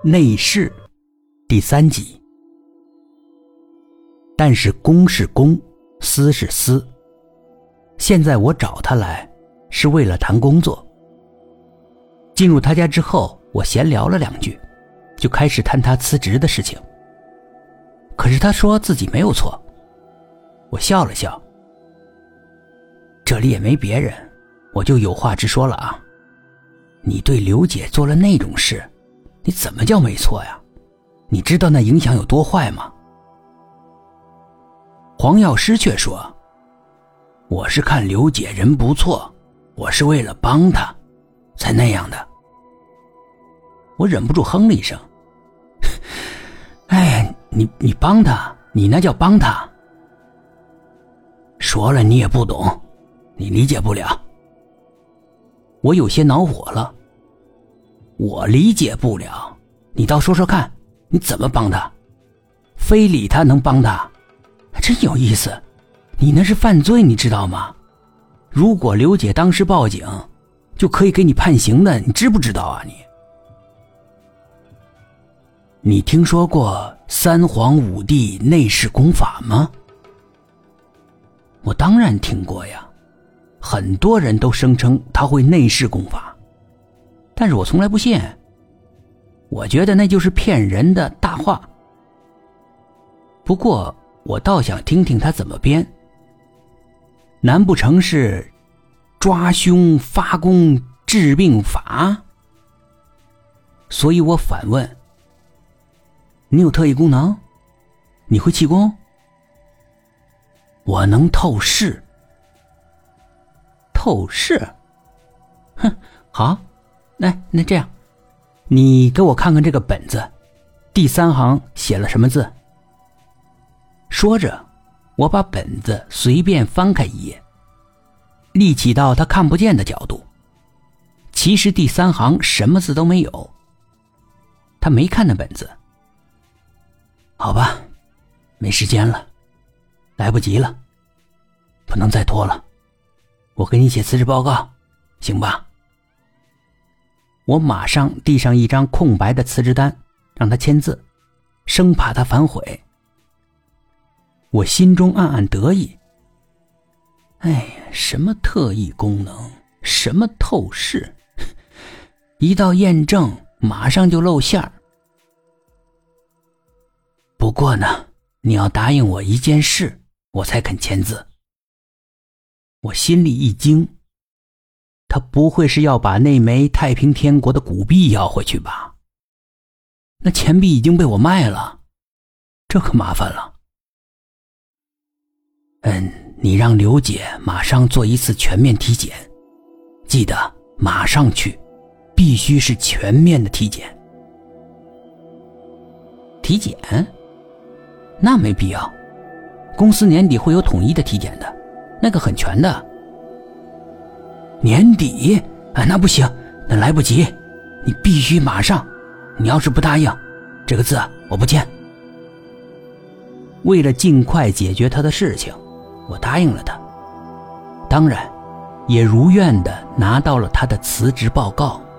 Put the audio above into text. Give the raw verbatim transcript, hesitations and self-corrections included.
内侍第三集。但是公是公，私是私。现在我找他来是为了谈工作。进入他家之后，我闲聊了两句，就开始谈他辞职的事情。可是他说自己没有错。我笑了笑，这里也没别人，我就有话直说了啊。你对刘姐做了那种事，你怎么叫没错呀？你知道那影响有多坏吗？黄药师却说，我是看刘姐人不错，我是为了帮她才那样的。我忍不住哼了一声，哎，你你帮她，你那叫帮她？说了你也不懂，你理解不了。我有些恼火了，我理解不了，你倒说说看，你怎么帮他？非礼他能帮他？真有意思，你那是犯罪，你知道吗？如果刘姐当时报警，就可以给你判刑的，你知不知道啊你？你听说过三皇五帝内侍功法吗？我当然听过呀。很多人都声称他会内侍功法，但是我从来不信，我觉得那就是骗人的大话。不过我倒想听听他怎么编，难不成是抓凶发功治病法？所以我反问，你有特异功能？你会气功？我能透视。透视？哼，好，那那这样，你给我看看这个本子，第三行写了什么字？说着，我把本子随便翻开一页，立起到他看不见的角度。其实第三行什么字都没有。他没看那本子。好吧，没时间了，来不及了，不能再拖了。我给你写辞职报告，行吧？我马上递上一张空白的辞职单，让他签字，生怕他反悔。我心中暗暗得意。哎呀，什么特异功能，什么透视，一到验证马上就露馅儿。不过呢，你要答应我一件事，我才肯签字。我心里一惊，他不会是要把那枚太平天国的古币要回去吧？那钱币已经被我卖了，这可麻烦了。嗯，你让刘姐马上做一次全面体检，记得马上去，必须是全面的体检。体检？那没必要，公司年底会有统一的体检的，那个很全的。年底？啊，那不行，那来不及，你必须马上，你要是不答应，这个字我不签。为了尽快解决他的事情，我答应了他，当然也如愿的拿到了他的辞职报告。